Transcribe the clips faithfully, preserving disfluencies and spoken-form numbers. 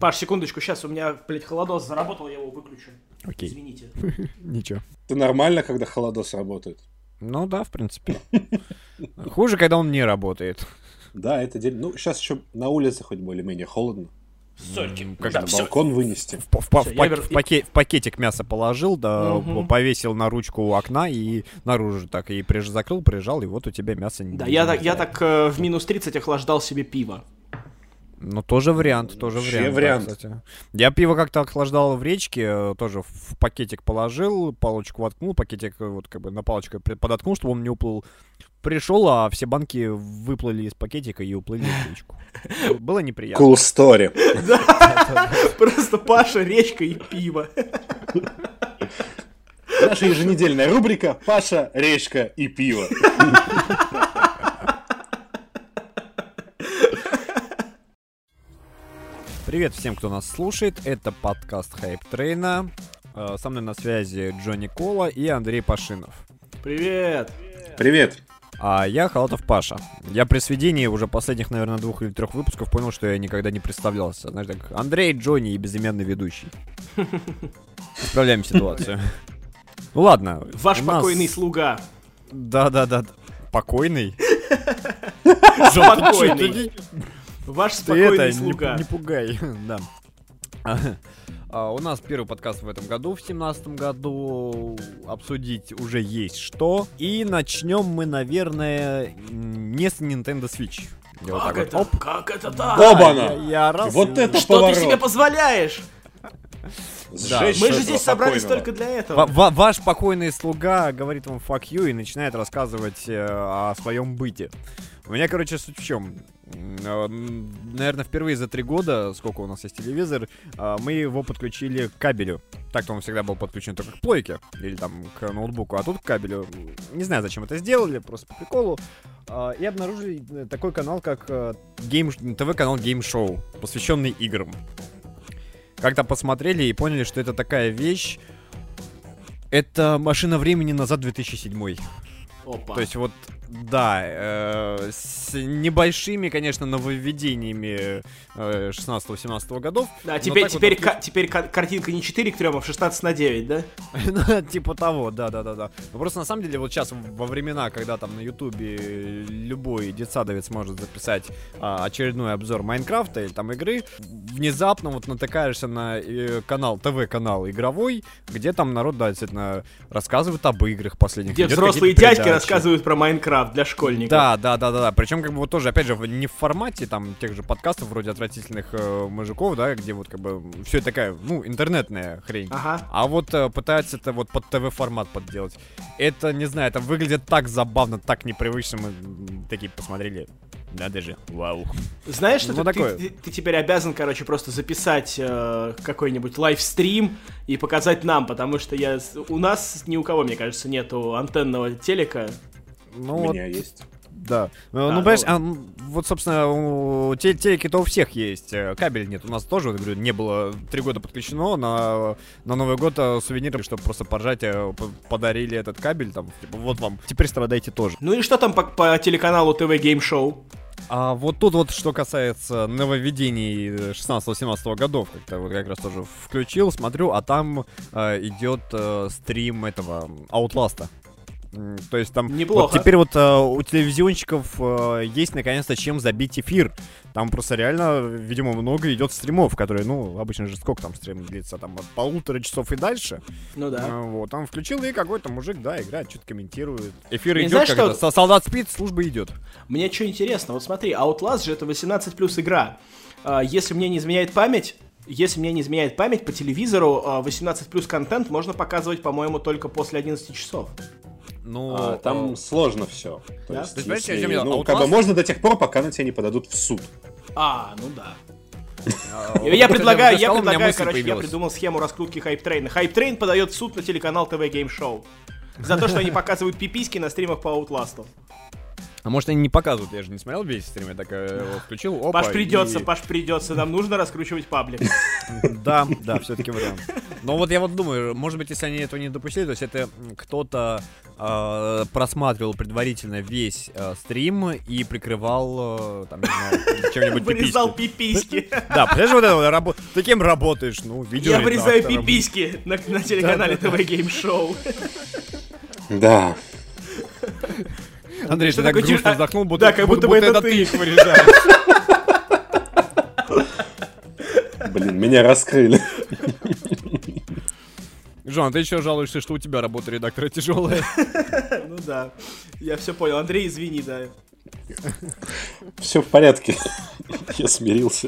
Паш, секундочку, сейчас у меня, блядь, холодос заработал, я его выключу. Окей. Извините. Ничего. Это нормально, когда холодос работает? Ну да, в принципе. Хуже, когда он не работает. Да, это день. Ну, сейчас еще на улице хоть более-менее холодно. Сорки. Как Да, на всё. балкон вынести. В, в, в, Всё, я пак- вер- в паке- в пакетик мясо положил, да, Мгм. повесил на ручку у окна и наружу так, и приж- закрыл, прижал, и вот у тебя мясо не Да, я так, я замерзает. так э, в минус тридцать охлаждал себе пиво. Ну, тоже вариант, тоже Вообще вариант. да, вариант. кстати. Я пиво как-то охлаждал в речке, э, тоже в пакетик положил, палочку воткнул, пакетик э, вот как бы на палочку при- подоткнул, чтобы он не уплыл. Пришел, а все банки выплыли из пакетика и уплыли в речку. Было неприятно. Cool story. Просто Паша, речка и пиво. Наша еженедельная рубрика «Паша, речка и пиво». Привет всем, кто нас слушает. Это подкаст Хайп Трейна. Э, Со мной на связи Джонни Кола и Андрей Пашинов. Привет. Привет. А я Халатов Паша. Я при сведении уже последних, наверное, двух или трех выпусков понял, что я никогда не представлялся. Знаешь, так, Андрей, Джонни и безымянный ведущий. Исправляем ситуацию. Ну ладно. Ваш у нас- покойный слуга. Да-да-да. Покойный? Спокойный. Ваш Ты спокойный это, не, слуга. не пугай, да. А, а, у нас первый подкаст в этом году, в семнадцатом году. Обсудить уже есть что. И начнем мы, наверное, не с Nintendo Switch. Я вот Как так вот, это? оп, Как это так? Оба-на! я, я раз Вот и- это Что поворот. ты себе позволяешь? Сжечь Мы же этого здесь собрались покойного. только для Ва- этого. ва- ваш покойный слуга говорит вам fuck you и начинает рассказывать э, о своем быте. У меня, короче, суть в чем. Наверное, впервые за три года, сколько у нас есть телевизор, э, мы его подключили к кабелю. Так-то он всегда был подключен только к плойке или там к ноутбуку, а тут к кабелю. Не знаю, зачем это сделали, просто по приколу. Э, И обнаружили э, такой канал, как э, Game- ТВ-канал Game Show, посвященный играм. Как-то посмотрели и поняли, что это такая вещь. Это «Машина времени назад» две тысячи седьмой. Опа. То есть вот, да, э, с небольшими, конечно, нововведениями э, шестнадцатого-семнадцатого годов. Да, но теперь, так вот теперь, отключ- ка- теперь ка- картинка не четыре к трем, а в шестнадцать на девять, да? Ну, типа того, да-да-да-да. Но просто на самом деле вот сейчас во времена, когда там на ютубе любой детсадовец может записать а, очередной обзор Майнкрафта или там игры, внезапно вот натыкаешься на э, канал, ТВ-канал игровой, где там народ, да, действительно, рассказывает об играх последних. Где идет взрослые какие-то дядьки передачи. рассказывают про Майнкрафт для школьников. Да, да, да, да, да. Причем, как бы, вот тоже, опять же, в- не в формате там тех же подкастов вроде отвратительных э, мужиков, да, где вот как бы все такая, ну, интернетная хрень. Ага. А вот э, пытаются это вот под ТВ-формат подделать. Это, не знаю, это выглядит так забавно, так непривычно. Мы м, такие посмотрели. Надо же, вау. Знаешь, что Ну, ты, такое. ты- ты теперь обязан, короче, просто записать э, какой-нибудь лайвстрим и показать нам, потому что я, с- у нас ни у кого, мне кажется, нету антенного телека. Ну, У вот, меня есть. да. Ну, А, ну, понимаешь, ну. а, м, вот, собственно, у те- телеки-то у всех есть. э, Кабель нет. У нас тоже, вот, говорю, не было три года подключено. На, на Новый год э, сувениры, чтобы просто поржать, э, п- подарили этот кабель. Там, типа, вот вам. Теперь страдайте тоже. Ну и что там по, по телеканалу ТВ Game Show? А вот тут вот, что касается нововведений шестнадцатого-семнадцатого годов, как-то вот как раз тоже включил, смотрю, а там э, идет э, стрим этого Outlast'а. М, То есть там Неплохо. вот теперь вот э, у телевизионщиков э, есть наконец-то чем забить эфир. Там просто реально, видимо, много идет стримов, которые, ну, обычно же сколько там стрим длится, там от полутора часов и дальше. Ну да. Э, Вот, там включил и какой-то мужик, да, играет, что-то комментирует. Эфир Не идет, знаешь, когда что- со- солдат спит, служба идет. Мне что интересно, вот смотри, Outlast же это восемнадцать плюс игра. А, Если мне не изменяет память, если мне не изменяет память, по телевизору а, восемнадцать плюс контент можно показывать, по-моему, только после одиннадцати часов. Ну, А, там сложно все. Да? есть, То есть, знаете, если- я имею в виду, ну, как бы Outlast- можно до тех пор, пока на тебя не подадут в суд. А, ну да. э, Я вот предлагаю, когда я сказал, у меня предлагаю, мысль короче, я появилась. придумал схему раскрутки хайп-трейна. Хайп-трейн подает в суд на телеканал ТВ Game Show. За то, что они показывают пиписьки на стримах по Outlast'у. А может они не показывают, я же не смотрел весь стрим, я так э, его включил, опа. Паш придется, и... Паш придется, нам нужно раскручивать паблик. Да, да, все-таки вариант. Но вот я вот думаю, может быть, если они этого не допустили, то есть это кто-то э, просматривал предварительно весь э, стрим и прикрывал, э, там, не знаю, чем-нибудь пиписьки. Вырезал пиписьки. Да, понимаешь, вот это вот, рабо... ты кем работаешь? Ну, видео. Я вырезаю пиписьки на, на телеканале ТВ Гейм Шоу. Да. Андрей, ты так грустно вздохнул, будто, да, как будто, будто, будто это ты их вырезаешь. Блин, меня раскрыли. Жон, ты еще жалуешься, что у тебя работа редактора тяжелая. Ну да, я все понял. Андрей, извини, да. Все в порядке. Я смирился.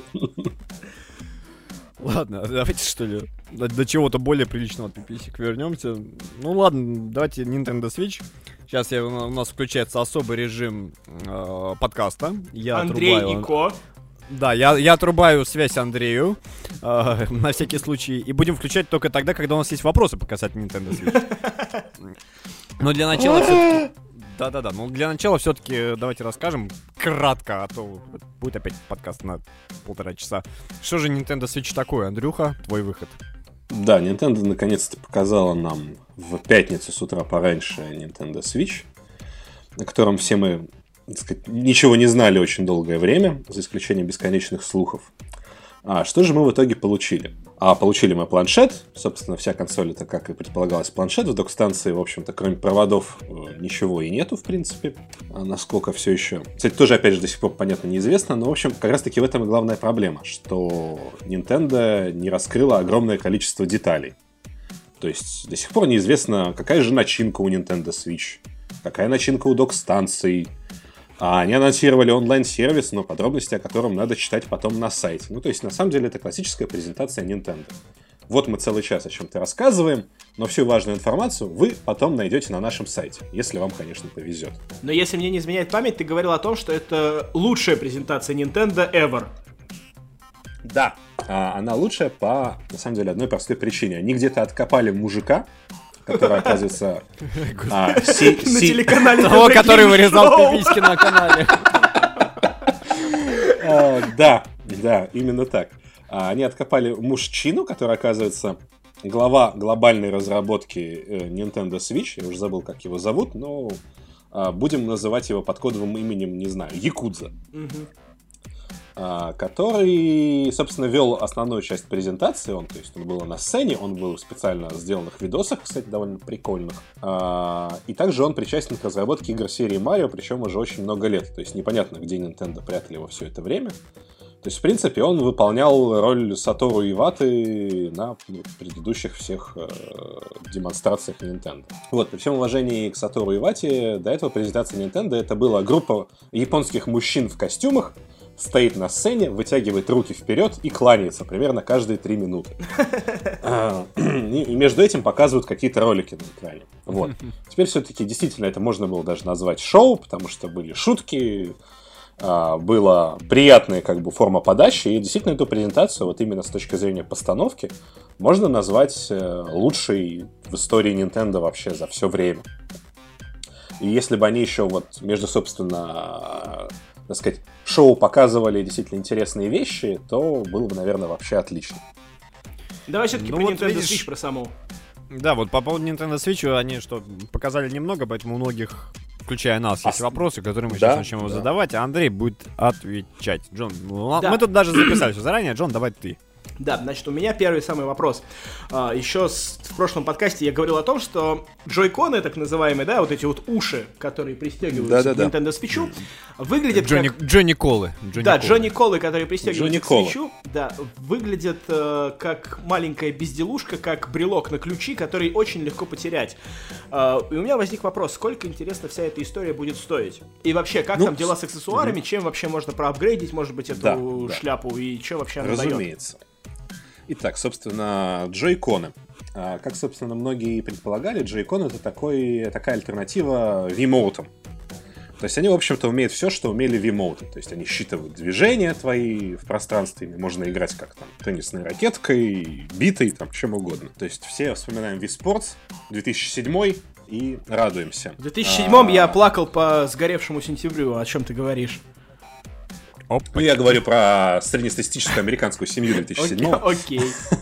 Ладно, давайте что ли до, до чего-то более приличного от пиписек вернемся. Ну ладно, давайте Nintendo Switch. Сейчас я, у нас включается особый режим э, подкаста. Я Андрей отрубаю... и Ко. Да, я, я отрубаю связь Андрею э, на всякий случай. И будем включать только тогда, когда у нас есть вопросы по касательно Nintendo Switch. Но для начала все-таки... Да-да-да, ну для начала все-таки давайте расскажем кратко, а то будет опять подкаст на полтора часа. Что же Nintendo Switch такое, Андрюха? Твой выход. Да, Nintendo наконец-то показала нам в пятницу с утра пораньше Nintendo Switch, о котором все мы, так сказать, ничего не знали очень долгое время, за исключением бесконечных слухов. А что же мы в итоге получили? А получили мы планшет. Собственно, вся консоль — это, как и предполагалось, планшет. В док-станции, в общем-то, кроме проводов, ничего и нету, в принципе. А насколько все еще... Кстати, тоже, опять же, до сих пор, понятно, неизвестно. Но, в общем, как раз-таки в этом и главная проблема, что Nintendo не раскрыла огромное количество деталей. То есть, до сих пор неизвестно, какая же начинка у Nintendo Switch, какая начинка у док-станций. А они анонсировали онлайн-сервис, но подробности о котором надо читать потом на сайте. Ну, то есть, на самом деле, это классическая презентация Nintendo. Вот мы целый час о чем-то рассказываем, но всю важную информацию вы потом найдете на нашем сайте, если вам, конечно, повезет. Но если мне не изменяет память, ты говорил о том, что это лучшая презентация Nintendo ever. Да. А она лучшая по, на самом деле, одной простой причине. Они где-то откопали мужика, который, оказывается, а, си, на си... телеканале того, который вырезал пиписьки на канале. а, Да, да, именно так. А, они откопали мужчину, который, оказывается, глава глобальной разработки э, Nintendo Switch. Я уже забыл, как его зовут, но а, будем называть его под кодовым именем, не знаю, Якудза. Угу. Который, собственно, вел основную часть презентации. Он, то есть, он был на сцене, он был в специально сделанных видосах, кстати, довольно прикольных. И также он причастен к разработке игр серии Марио, причем уже очень много лет. То есть непонятно, где Nintendo прятали его все это время. То есть, в принципе, он выполнял роль Сатору Иваты на предыдущих всех э, демонстрациях Nintendo. Вот, при всем уважении к Сатору Ивате, до этого презентация Nintendo это была группа японских мужчин в костюмах, стоит на сцене, вытягивает руки вперед и кланяется примерно каждые три минуты. И между этим показывают какие-то ролики на экране. Вот. Теперь все-таки действительно это можно было даже назвать шоу, потому что были шутки, была приятная как бы форма подачи, и действительно эту презентацию вот именно с точки зрения постановки можно назвать лучшей в истории Nintendo вообще за все время. И если бы они еще вот между, собственно, так сказать, шоу показывали действительно интересные вещи, то было бы, наверное, вообще отлично. Давай все-таки ну про вот Nintendo видишь... Switch, про саму. Да, вот по поводу Nintendo Switch они что, показали немного, поэтому у многих, включая нас, есть а... вопросы, которые мы да, сейчас начнем да. задавать, а Андрей будет отвечать. Джон, ну, да. мы тут даже записали все заранее. Джон, давай ты. Да, значит, у меня первый самый вопрос. А, еще с, в прошлом подкасте я говорил о том, что джойконы, так называемые, да, вот эти вот уши, которые пристегиваются к Nintendo Switch, выглядят Джонни, как... Джонни Колы. Джонни да, Колы. Джонни Колы, которые пристегиваются к Switch, да, выглядят э, как маленькая безделушка, как брелок на ключи, который очень легко потерять. Э, и у меня возник вопрос, сколько, интересно, вся эта история будет стоить? И вообще, как ну, там дела с аксессуарами, угу. чем вообще можно проапгрейдить, может быть, эту да, шляпу, да. и что вообще она дает? Разумеется. Итак, собственно, джойконы. Как, собственно, многие предполагали, джойкон — это такой, такая альтернатива вимоутам. То есть они, в общем-то, умеют все, что умели вимоуты. То есть они считывают движения твои в пространстве, можно играть как там теннисной ракеткой, битой, там, чем угодно. То есть все вспоминаем Wii Sports две тысячи седьмой, и радуемся. В две тысячи седьмом а... я плакал по сгоревшему сентябрю. О чем ты говоришь? Оп, ну, я говорю про среднестатистическую американскую семью две тысячи седьмого. Окей.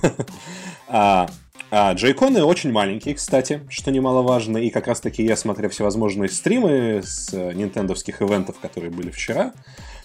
а, а, джойконы очень маленькие, кстати, что немаловажно. И как раз-таки я смотрел всевозможные стримы с нинтендовских ивентов, которые были вчера.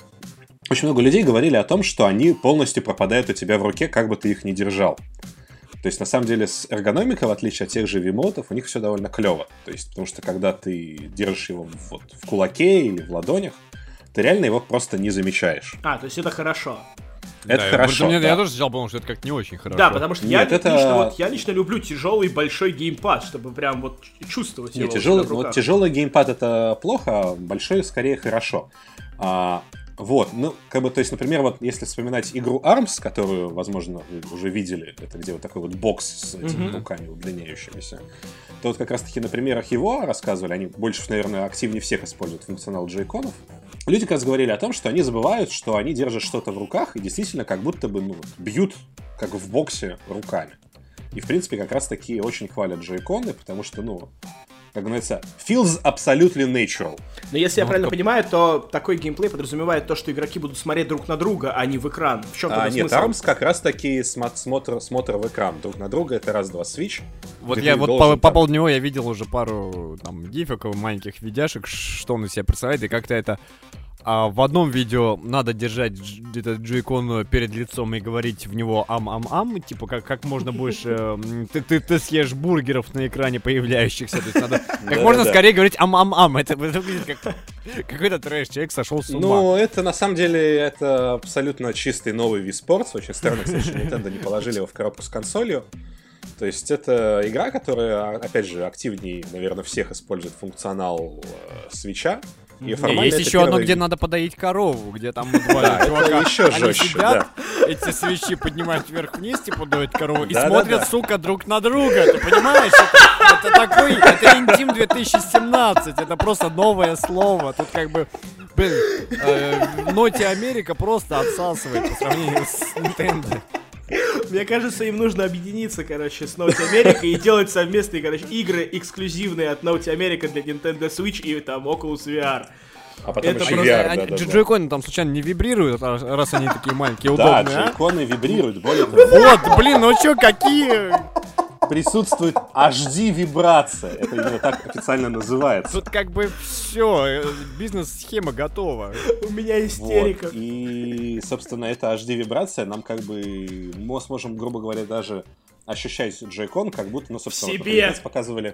Очень много людей говорили о том, что они полностью пропадают у тебя в руке, как бы ты их ни держал. То есть, на самом деле, с эргономикой, в отличие от тех же вимоутов, у них все довольно клево. То есть, потому что когда ты держишь его вот в кулаке или в ладонях, ты реально его просто не замечаешь. А, то есть это хорошо. Это да, хорошо. Мне, да. Я тоже сначала подумал, что это как не очень хорошо. Да, потому что Нет, я, это... лично, вот, я лично люблю тяжелый большой геймпад, чтобы прям вот чувствовать Нет, его. Тяжелый, в руках. вот тяжелый геймпад это плохо, а большой скорее хорошо. А, вот, ну, как бы, то есть, например, вот если вспоминать игру армс, которую, возможно, вы уже видели, это где вот такой вот бокс с этими mm-hmm. руками удлиняющимися, то вот как раз-таки на примерах его рассказывали, они больше, наверное, активнее всех используют функционал джойконов. Люди как раз говорили о том, что они забывают, что они держат что-то в руках и действительно как будто бы ну, бьют, как в боксе, руками. И, в принципе, как раз-таки очень хвалят джойконы, потому что, ну, как говорится, feels absolutely natural. Но если я ну, правильно то... понимаю, то такой геймплей подразумевает то, что игроки будут смотреть друг на друга, а не в экран. В чем а, тогда нет, смысл? армс как раз-таки смо- смотр, смотр в экран друг на друга, это раз-два свич. Вот я вот по, там... по поводу него я видел уже пару там гифок, маленьких видяшек, что он из себя представляет, и как-то это... А в одном видео надо держать этот джойкон перед лицом и говорить в него ам-ам-ам, типа как, как можно больше ты, ты, ты съешь бургеров на экране появляющихся, то есть надо как можно скорее говорить ам-ам-ам, это выглядит как какой-то трэш, человек сошел с ума. Ну, это на самом деле это абсолютно чистый новый Wii Sports, очень странно, кстати, что Nintendo не положили его в коробку с консолью. То есть это игра, которая, опять же, активнее, наверное, всех использует функционал э, свеча. И есть еще первый... одно, где надо подоить корову, где там два да, чувака, еще они жестче, сидят, да. эти свечи поднимают вверх-вниз, типа доить корову, и да, смотрят, да, да. сука, друг на друга, ты понимаешь? Это, это такой, это интим две тысячи семнадцать, это просто новое слово, тут как бы, блин, э, Ноти Америка просто отсасывает по сравнению с Nintendo. Мне кажется, им нужно объединиться, короче, с Naughty America и делать совместные, короче, игры эксклюзивные от Naughty America для Nintendo Switch и там Oculus ви ар. А потом это еще просто... ви ар, они, да, да, джойконы да. там случайно не вибрируют, раз они такие маленькие, удобные, да, а? джойконы вибрируют, более того. Вот, блин, ну чё, какие... Присутствует эйч ди-вибрация. Это именно так официально называется. Тут как бы все, бизнес-схема готова. У меня истерика. Вот. И, собственно, эта эйч ди-вибрация нам как бы... Мы сможем, грубо говоря, даже ощущать джойкон, как будто, ну, собственно, в себе. Вот, показывали...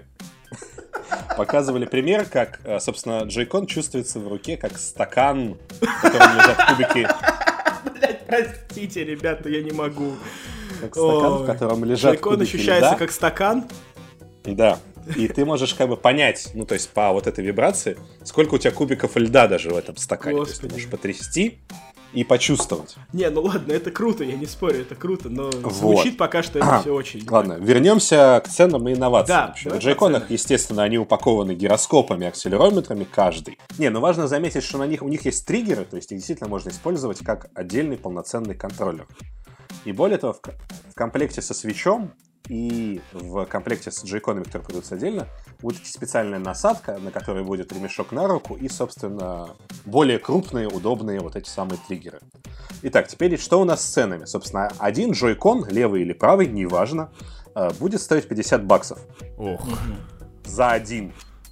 Показывали пример, как, собственно, джойкон чувствуется в руке, как стакан, в котором лежат кубики... Блять, простите, ребята, я не могу. Как стакан, Ой. в котором лежат джойкон кубики ощущается льда. Как стакан? Да. И ты можешь как бы понять, ну, то есть по вот этой вибрации, сколько у тебя кубиков льда даже в этом стакане. Господи. То есть ты можешь потрясти и почувствовать. Не, ну ладно, это круто, я не спорю, это круто, но вот. Звучит пока что это все очень... Ладно, вернемся к ценам и инновациям. Да, в джойконах, естественно, они упакованы гироскопами, акселерометрами, каждый. Не, ну важно заметить, что на них у них есть триггеры, то есть их действительно можно использовать как отдельный полноценный контроллер. И более того, в, в комплекте со свечом и в комплекте с джойконами, которые продаются отдельно, будет специальная насадка, на которой будет ремешок на руку и, собственно, более крупные, удобные вот эти самые триггеры. Итак, теперь что у нас с ценами? Собственно, один джойкон, левый или правый, неважно, будет стоить пятьдесят баксов. Ох. За один.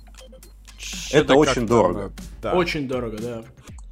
Что-то Это очень дорого. Да. Очень дорого, да.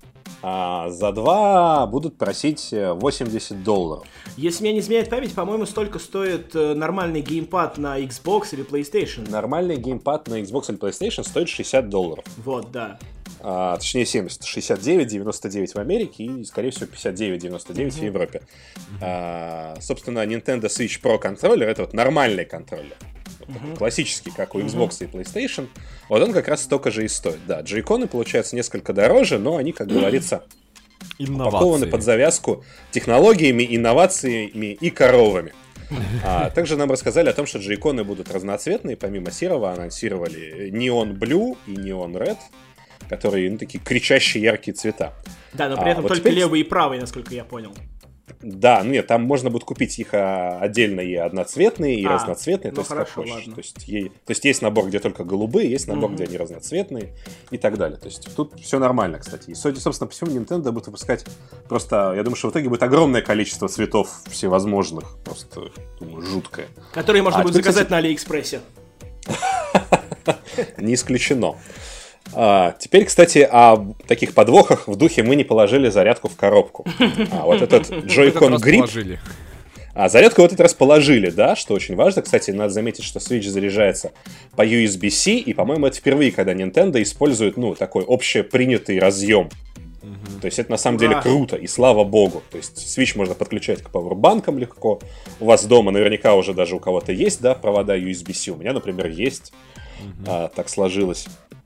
А за два будут просить восемьдесят долларов. Если меня не изменяет память, по-моему, столько стоит нормальный геймпад на Xbox или PlayStation. Нормальный геймпад на Xbox или PlayStation стоит шестьдесят долларов. Вот, да. А, точнее семьдесят, шестьдесят девять девяносто девять в Америке и, скорее всего, пятьдесят девять девяносто девять mm-hmm. в Европе. Mm-hmm. А, собственно, Nintendo Switch Pro контроллер — это вот нормальный контроллер. Вот такой, mm-hmm. классический, как у Xbox mm-hmm. и PlayStation. Вот он как раз столько же и стоит. Да, джойконы получаются несколько дороже, но они, как говорится, упакованы под завязку технологиями, инновациями и коровами. А также нам рассказали о том, что джойконы будут разноцветные. Помимо серого анонсировали Neon Blue и Neon Red, которые, ну, такие кричащие яркие цвета. Да, но при этом а, вот только теперь... левый и правый, насколько я понял. Да, нет, там можно будет купить их а, отдельно и одноцветные, и а, разноцветные, ну то есть хорошо, как хочешь. ладно. То есть, е- то есть есть набор, где только голубые, есть набор, Мгм. где они разноцветные и так далее. То есть тут все нормально, кстати. И, судя, собственно, по всему, Nintendo будет выпускать просто, я думаю, что в итоге будет огромное количество цветов всевозможных, просто, думаю, жуткое. Которые можно А, будет теперь, заказать кстати- на Алиэкспрессе. Не исключено. А, теперь, кстати, о таких подвохах в духе мы не положили зарядку в коробку. А вот этот Joy-Con Grip... А зарядку в этот раз положили, да, что очень важно. Кстати, надо заметить, что Switch заряжается по ю эс би-C, и, по-моему, это впервые, когда Nintendo использует, ну, такой общепринятый разъем. Mm-hmm. То есть это на самом Ура. деле круто, и слава богу. То есть Switch можно подключать к пауэрбанкам легко. У вас дома наверняка уже даже у кого-то есть, да, провода ю эс би-C. У меня, например, есть. Mm-hmm. А, так сложилось.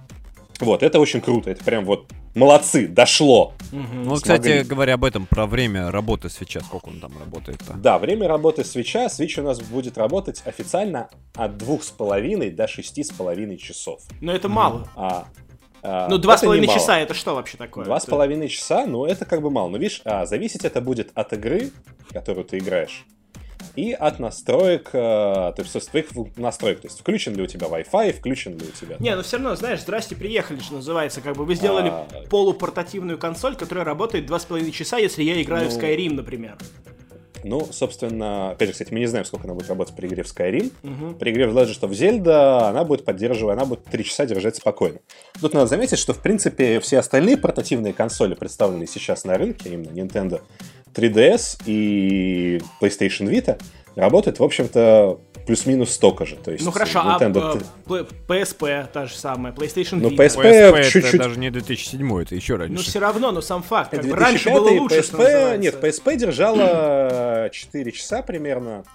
Вот, это очень круто. Это прям вот молодцы, дошло. Mm-hmm. Ну, кстати, говоря об этом, про время работы свитча, сколько он там работает-то? Да, время работы свитча. Свитч у нас будет работать официально от двух с половиной до шести с половиной часов. Но это мало. А, а, ну, два с половиной часа, это что вообще такое? Два с половиной часа, ну, это как бы мало. Но видишь, а, зависеть это будет от игры, которую ты играешь, и от настроек, то есть с твоих настроек, то есть включен ли у тебя Wi-Fi, включен ли у тебя... Не, ну все равно, знаешь, здрасте, приехали, что называется, как бы вы сделали а... полупортативную консоль, которая работает два с половиной часа, если я играю ну... в Skyrim, например. Ну, собственно, опять же, кстати, мы не знаем, сколько она будет работать при игре в Skyrim. Угу. При игре в Legend of Zelda она будет поддерживать, она будет три часа держать спокойно. Тут надо заметить, что, в принципе, все остальные портативные консоли, представленные сейчас на рынке, именно Nintendo три ди эс и PlayStation Vita, работают, в общем-то, плюс-минус столько же. То есть ну хорошо, Nintendo... а пи эс пи та же самая, PlayStation Vita. Ну, пи эс пи чуть-чуть... это даже не две тысячи седьмой, это еще раньше. Ну все равно, но сам факт, как бы две тысячи пятый, раньше было лучше, пи эс пи... что называется. Нет, пи эс пи держала четыре часа примерно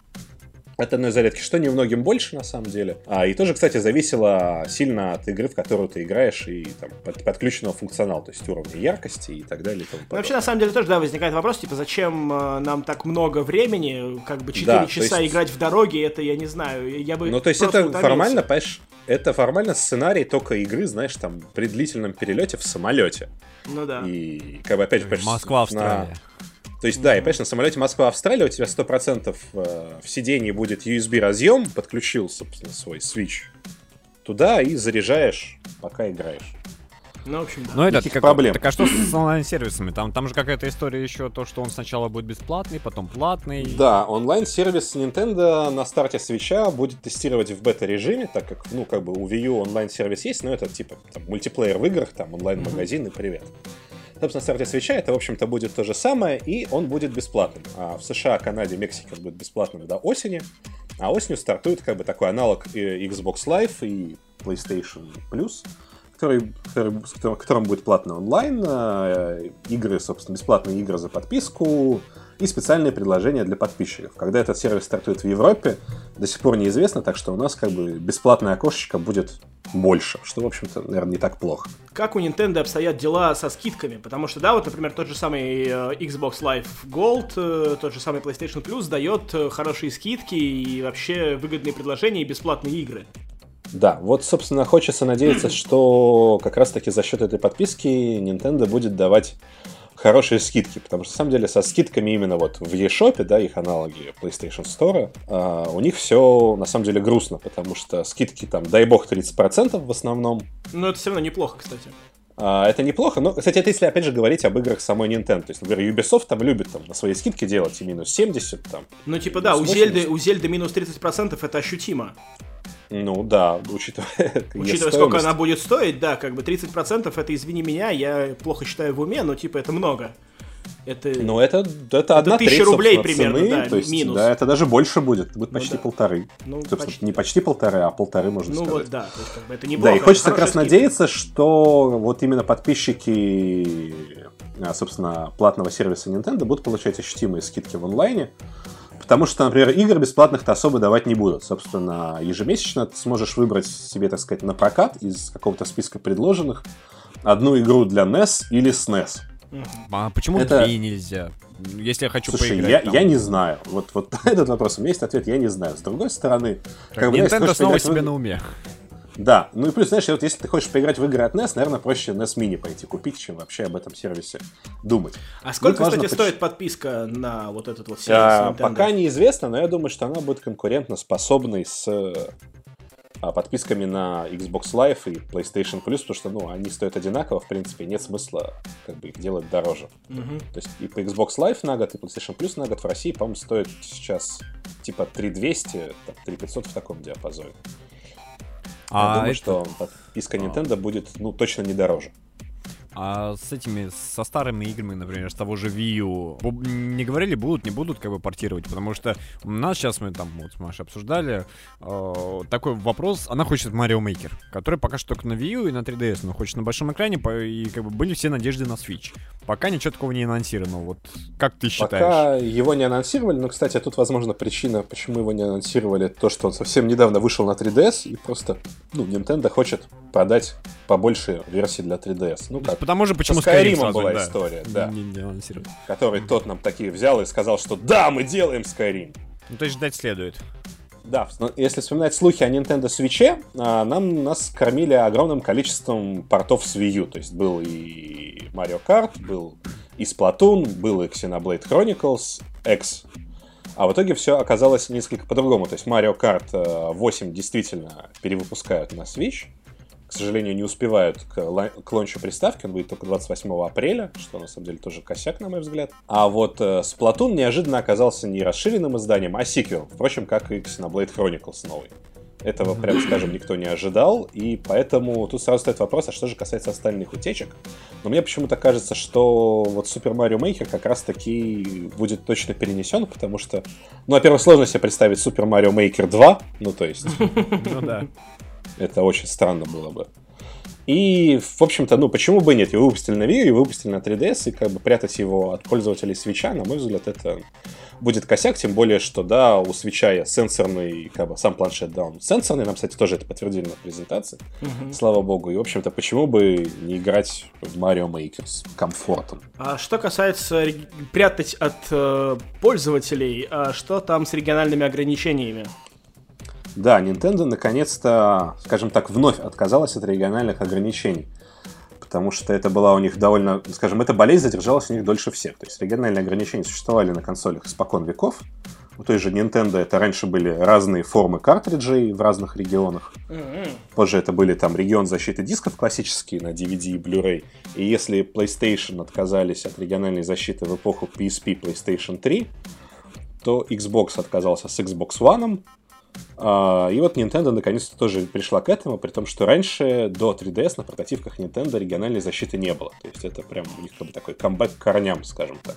от одной зарядки, что немногим больше, на самом деле. А, и тоже, кстати, зависело сильно от игры, в которую ты играешь, и там, под, подключенного функционала, то есть уровня яркости и так далее. И тому вообще, на самом деле, тоже, да, возникает вопрос, типа, зачем э, нам так много времени, как бы четыре да, часа есть... играть в дороге, это, я не знаю, я бы Ну, то есть это утомился. формально, понимаешь, это формально сценарий только игры, знаешь, там, при длительном перелете в самолете. Ну да. И, как бы, опять же, Москва, Австралия. На... То есть, да, и, понимаешь, на самолете Москва-Австралия у тебя сто процентов в сидении будет ю эс би-разъем, подключил, собственно, свой Switch туда и заряжаешь, пока играешь. Ну, в общем, да. Ну, это Никаких как, проблем. Так а что с онлайн-сервисами? Там, там же какая-то история еще, то, что он сначала будет бесплатный, потом платный. Да, онлайн-сервис Nintendo на старте Switch'а будет тестировать в бета-режиме, так как, ну, как бы у Wii U онлайн-сервис есть, но это типа там, мультиплеер в играх, там, онлайн-магазин и привет. Собственно, на старте Switch'а это, в общем-то, будет то же самое, и он будет бесплатным. А в США, Канаде, Мексике он будет бесплатным до осени, а осенью стартует как бы такой аналог Xbox Live и PlayStation Plus, который, который, с которым, которым будет платный онлайн, э, игры, собственно, бесплатные игры за подписку и специальные предложения для подписчиков. Когда этот сервис стартует в Европе, до сих пор неизвестно, так что у нас как бы бесплатное окошечко будет больше, что, в общем-то, наверное, не так плохо. Как у Nintendo обстоят дела со скидками? Потому что, да, вот, например, тот же самый э, Xbox Live Gold, э, тот же самый PlayStation Plus дает э, хорошие скидки и вообще выгодные предложения и бесплатные игры. Да, вот, собственно, хочется надеяться, что как раз-таки за счет этой подписки Nintendo будет давать хорошие скидки, потому что, на самом деле, со скидками именно вот в eShop, да, их аналоги PlayStation Store, а, у них все, на самом деле, грустно, потому что скидки там, дай бог, тридцать процентов в основном. Но это все равно неплохо, кстати. А, это неплохо, но, кстати, это если, опять же, говорить об играх самой Nintendo. То есть, например, Ubisoft там любит там, на свои скидки делать и минус семьдесят, там. Ну, типа, да, у Зельды, у Зельды минус тридцать процентов это ощутимо. Ну да, учитывая, учитывая сколько она будет стоить, да, как бы тридцать процентов это, извини меня, я плохо считаю в уме, но типа это много. Это, ну это, это, это одна треть, тысяча рублей примерно, цены, да, то есть, минус. Да, это даже больше будет, будет почти ну, да. полторы. Ну, Собственно, почти. Не почти полторы, а полторы, можно ну, сказать. Ну вот, да, то есть, как бы, это неплохо. Да, и хочется как раз скидка. надеяться, что вот именно подписчики, собственно, платного сервиса Nintendo будут получать ощутимые скидки в онлайне. Потому что, например, игр бесплатных-то особо давать не будут. Собственно, ежемесячно ты сможешь выбрать себе, так сказать, на прокат из какого-то списка предложенных одну игру для эн и эс или эс эн и эс. А почему Это... две нельзя? Если я хочу Слушай, поиграть я, там... я не знаю. Вот, вот этот вопрос. У меня есть ответ, я не знаю. С другой стороны... Как бы, Nintendo если снова поиграть... себе на уме. Да, ну и плюс, знаешь, вот если ты хочешь поиграть в игры от эн и эс, наверное, проще эн и эс Mini пойти купить, чем вообще об этом сервисе думать. А сколько, важно, кстати, поч... стоит подписка на вот этот вот сервис а, Nintendo? Пока неизвестно, но я думаю, что она будет конкурентно способной с а, подписками на Xbox Live и PlayStation Plus, потому что, ну, они стоят одинаково, в принципе, нет смысла как бы их делать дороже. Угу. То есть и по Xbox Live на год, и PlayStation Plus на год в России, по-моему, стоит сейчас типа три двести, три пятьсот в таком диапазоне. А я думаю, это... что подписка Nintendo а... будет, ну, точно не дороже. А с этими, со старыми играми, например, с того же Wii U, не говорили, будут, не будут как бы портировать? Потому что у нас сейчас, мы там вот с Машей обсуждали, э, такой вопрос, она хочет Mario Maker, который пока что только на Wii U и на три ди эс, но хочет на большом экране, и как бы были все надежды на Switch. Пока ничего такого не анонсировано, вот как ты считаешь? Пока его не анонсировали, но, кстати, тут, возможно, причина, почему его не анонсировали, то, что он совсем недавно вышел на три ди эс, и просто, ну, Nintendo хочет продать побольше версий для три ди эс. Ну, как? Потому же, почему Skyrim сразу, была да. история, да. Не, не анонсировали. Который тот нам такие взял и сказал, что да, мы делаем Skyrim. Ну, то есть ждать следует. Да, если вспоминать слухи о Nintendo Switch, нам нас кормили огромным количеством портов с Wii U. То есть был и Mario Kart, был и Splatoon, был и Xenoblade Chronicles X. А в итоге все оказалось несколько по-другому. То есть Mario Kart восемь действительно перевыпускают на Switch. К сожалению, не успевают к, к лончу приставки, он будет только двадцать восьмого апреля, что на самом деле тоже косяк, на мой взгляд. А вот э, Splatoon неожиданно оказался не расширенным изданием, а сиквелом, впрочем, как и Xenoblade Chronicles новый. Этого, прям скажем, никто не ожидал, и поэтому тут сразу стоит вопрос, а что же касается остальных утечек? Но мне почему-то кажется, что вот Super Mario Maker как раз-таки будет точно перенесен, потому что, ну, во-первых, сложно себе представить Super Mario Maker два, ну, то есть... Ну да. Это очень странно было бы. И, в общем-то, ну, почему бы нет? Его выпустили на Wii U, его выпустили на три ди эс, и как бы прятать его от пользователей Switch'а, на мой взгляд, это будет косяк, тем более, что, да, у Switch'а сенсорный, как бы, сам планшет, да, он сенсорный, нам, кстати, тоже это подтвердили на презентации, mm-hmm. слава богу, и, в общем-то, почему бы не играть в Mario Maker с комфортом? А что касается реги- прятать от э, пользователей, а что там с региональными ограничениями? Да, Nintendo наконец-то, скажем так, вновь отказалась от региональных ограничений, потому что это была у них довольно, скажем, эта болезнь задержалась у них дольше всех. То есть региональные ограничения существовали на консолях испокон веков. У той же Nintendo это раньше были разные формы картриджей в разных регионах. Mm-hmm. Позже это были там регион защиты дисков классические на ди ви ди и Blu-ray. И если PlayStation отказались от региональной защиты в эпоху пи эс пи PlayStation три, то Xbox отказался с Xbox One. Uh, и вот Nintendo наконец-то тоже пришла к этому, при том, что раньше до три ди эс на портативках Nintendo региональной защиты не было. То есть это прям у них как бы такой камбэк к корням, скажем так.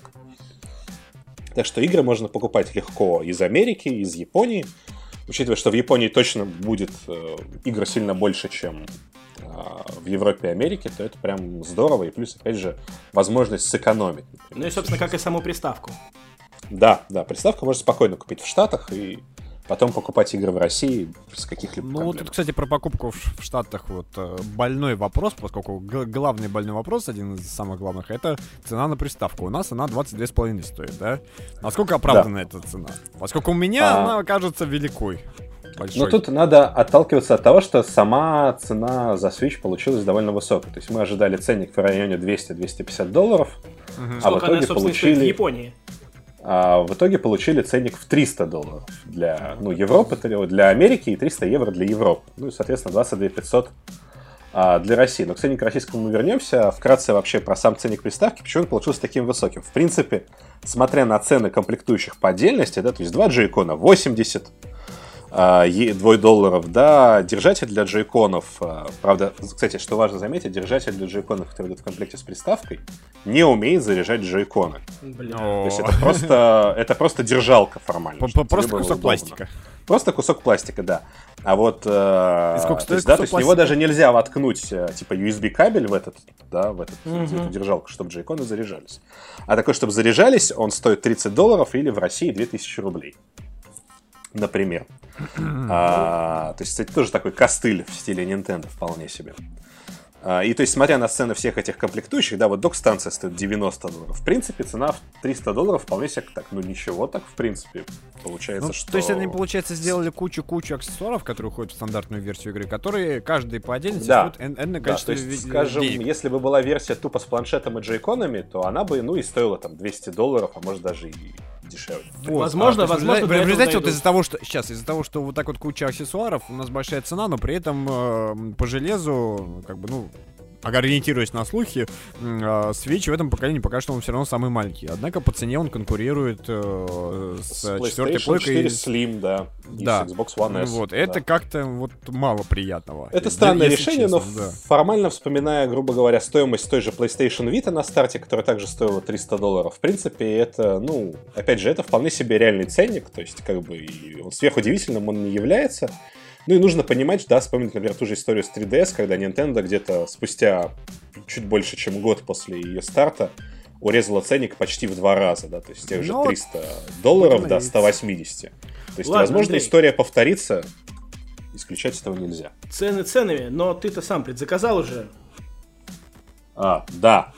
Так что игры можно покупать легко из Америки, из Японии. Учитывая, что в Японии точно будет э, игр сильно больше, чем э, в Европе и Америке, то это прям здорово. И плюс, опять же, возможность сэкономить. Например, ну и, собственно, как и саму приставку. Да, да, приставку можно спокойно купить в Штатах и потом покупать игры в России без каких-либо ну, проблем. Ну, тут, кстати, про покупку в Штатах вот больной вопрос, поскольку г- главный больной вопрос, один из самых главных, это цена на приставку. У нас она двадцать две с половиной стоит, да? Насколько оправдана да. эта цена? Поскольку у меня а... она кажется великой. Большой. Ну, тут надо отталкиваться от того, что сама цена за Switch получилась довольно высокой. То есть мы ожидали ценник в районе двести - двести пятьдесят долларов, угу. а сколько в итоге она, получили... в Японии? А в итоге получили ценник в триста долларов для ну, Европы, для Америки и триста евро для Европы. Ну и, соответственно, двадцать две тысячи пятьсот а, для России. Но к ценнику российскому мы вернемся. Вкратце вообще про сам ценник приставки, почему он получился таким высоким. В принципе, смотря на цены комплектующих по отдельности, да, то есть два джойкона восемьдесят два долларов, да, держатель для джойконов, правда, кстати, что важно заметить, держатель для джойконов, который идет в комплекте с приставкой, не умеет заряжать джойконы. Бля. То есть это просто, это просто держалка формально. Просто кусок пластика. Просто кусок пластика, да. А вот, э, сколько то есть, да, то есть в него даже нельзя воткнуть типа ю эс би кабель в этот, да, в, этот, mm-hmm. в эту держалку, чтобы джойконы заряжались. А такой, чтобы заряжались, он стоит тридцать долларов или в России две тысячи рублей. Например. а, то есть, кстати, тоже такой костыль в стиле Nintendo вполне себе. И то есть, смотря на цены всех этих комплектующих, да, вот док-станция стоит девяносто долларов. В принципе, цена в триста долларов вполне себе так, ну ничего так, в принципе, получается, ну, что... То есть они, получается, сделали кучу-кучу аксессуаров, которые входят в стандартную версию игры, которые каждый по отдельности да. стоят энное количество да, то есть, скажем, денег. Если бы была версия тупо с планшетом и джейконами, то она бы, ну, и стоила там двести долларов, а может даже и дешевле. Вот. Возможно, а, возможно. В результате вот из-за того, что сейчас из-за того, что вот так вот куча аксессуаров, у нас большая цена, но при этом э, по железу, как бы, ну, ориентируясь на слухи, Switch в этом поколении пока что он все равно самый маленький. Однако по цене он конкурирует э, с, с четвертой плойкой. четыре Slim, да, да. И с Xbox One S. Вот, да. Это как-то вот мало приятного. Это странное решение, честно, но да. формально вспоминая, грубо говоря, стоимость той же PlayStation Vita на старте, которая также стоила триста долларов, в принципе, это, ну, опять же, это вполне себе реальный ценник, то есть, как бы, и он сверхудивительным он не является. Ну и нужно понимать, да, вспомнить, например, ту же историю с три ди эс, когда Nintendo где-то спустя чуть больше, чем год после ее старта урезала ценник почти в два раза, да, то есть тех же ну, триста долларов до ста восьмидесяти. То есть, ладно, возможно, Андрей, история повторится, исключать этого нельзя. Цены ценами, но ты-то сам предзаказал уже. А, да.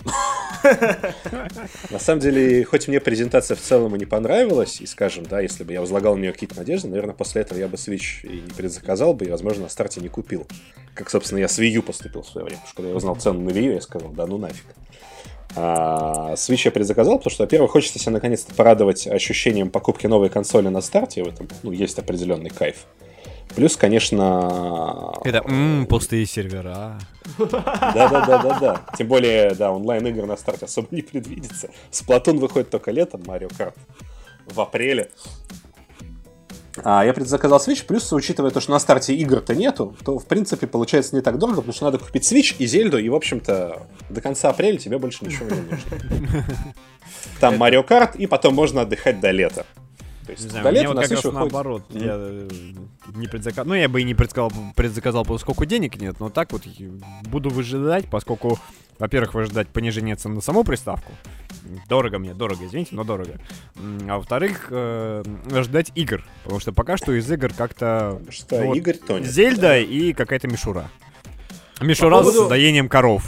На самом деле, хоть мне презентация в целом и не понравилась, и, скажем, да, если бы я возлагал на нее какие-то надежды, наверное, после этого я бы Switch и не предзаказал бы, и, возможно, на старте не купил. Как, собственно, я с Wii U поступил в свое время, потому что когда я узнал цену на Wii U, я сказал, да ну нафиг. А Switch я предзаказал, потому что, во-первых, хочется себя наконец-то порадовать ощущением покупки новой консоли на старте, в этом, ну, есть определенный кайф. Плюс, конечно... Это м-м, пустые сервера. Да-да-да-да-да. Тем более, да, онлайн-игр на старте особо не предвидится. Splatoon выходит только летом, Mario Kart в апреле. А я предзаказал Switch, плюс, учитывая то, что на старте игр-то нету, то, в принципе, получается не так дорого, потому что надо купить Switch и Зельду, и, в общем-то, до конца апреля тебе больше ничего не нужно. Там Mario Kart, и потом можно отдыхать до лета. То есть, не знаю, мне вот как раз выходит... наоборот, mm. я не предзаказал, ну я бы и не предзаказал, предзаказал, поскольку денег нет, но так вот буду выжидать, поскольку, во-первых, выжидать понижение цен на саму приставку, дорого мне, дорого, извините, но дорого, а во-вторых, э, ждать игр, потому что пока что из игр как-то что, ну, Игорь тонет. Зельда и какая-то мишура. Мишура поводу... с доением коров.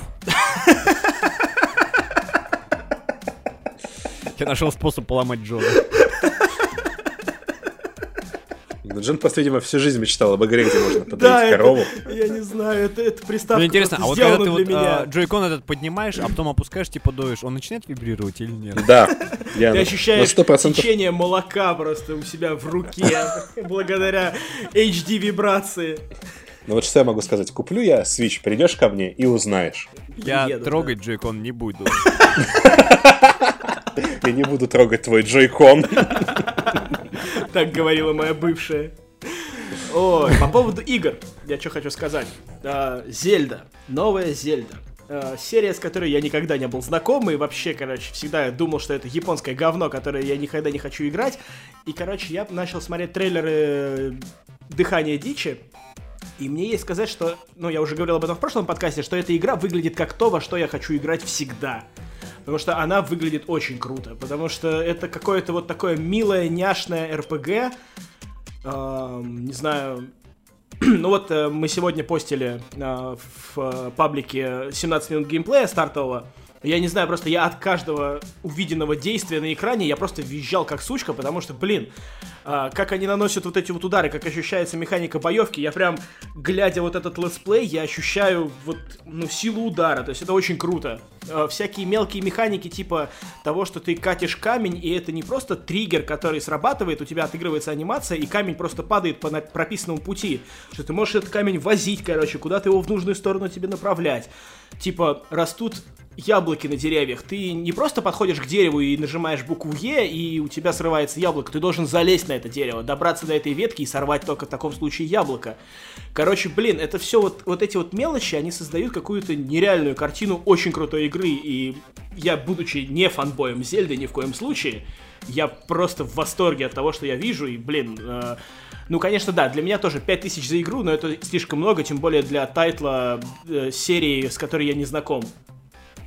Я нашел способ поломать Джона. Джон просто, видимо, всю жизнь мечтал об игре, где можно подоить да, корову. Это, я не знаю, это, это приставка. Ну, интересно, а вот когда ты вот а, джойкон этот поднимаешь, а потом опускаешь, типа доешь, он начинает вибрировать или нет? Да. Я ты ощущаешь течение молока просто у себя в руке, благодаря эйч ди вибрации. Ну вот что я могу сказать, куплю я Switch, придешь ко мне и узнаешь. Я Еду, трогать да. джойкон не буду. Я не буду трогать твой джойкон. Так говорила моя бывшая. Ой, по поводу игр, я что хочу сказать. Зельда, новая Зельда. Серия, с которой я никогда не был знаком, и вообще, короче, всегда думал, что это японское говно, которое я никогда не хочу играть. И, короче, я начал смотреть трейлеры «Дыхание дичи», и мне есть сказать, что, ну, я уже говорил об этом в прошлом подкасте, что эта игра выглядит как то, во что я хочу играть всегда. Потому что она выглядит очень круто. Потому что это какое-то вот такое милое, няшное эр пи джи. Э, не знаю... ну вот э, мы сегодня постили э, в э, паблике семнадцать минут геймплея стартового. Я не знаю, просто я от каждого увиденного действия на экране я просто визжал как сучка, потому что, блин, э, как они наносят вот эти вот удары, как ощущается механика боевки, я прям, глядя вот этот летсплей, я ощущаю вот, ну, силу удара, то есть это очень круто. Э, всякие мелкие механики типа того, что ты катишь камень, и это не просто триггер, который срабатывает, у тебя отыгрывается анимация, и камень просто падает по прописанному пути, что ты можешь этот камень возить, короче, куда-то его в нужную сторону тебе направлять. Типа, растут яблоки на деревьях, ты не просто подходишь к дереву и нажимаешь букву Е, и у тебя срывается яблоко, ты должен залезть на это дерево, добраться до этой ветки и сорвать только в таком случае яблоко. Короче, блин, это все вот, вот эти вот мелочи, они создают какую-то нереальную картину очень крутой игры, и я, будучи не фанбоем Зельды ни в коем случае, я просто в восторге от того, что я вижу, и, блин... Э- Ну, конечно, да, для меня тоже пять тысяч за игру, но это слишком много, тем более для тайтла э, серии, с которой я не знаком.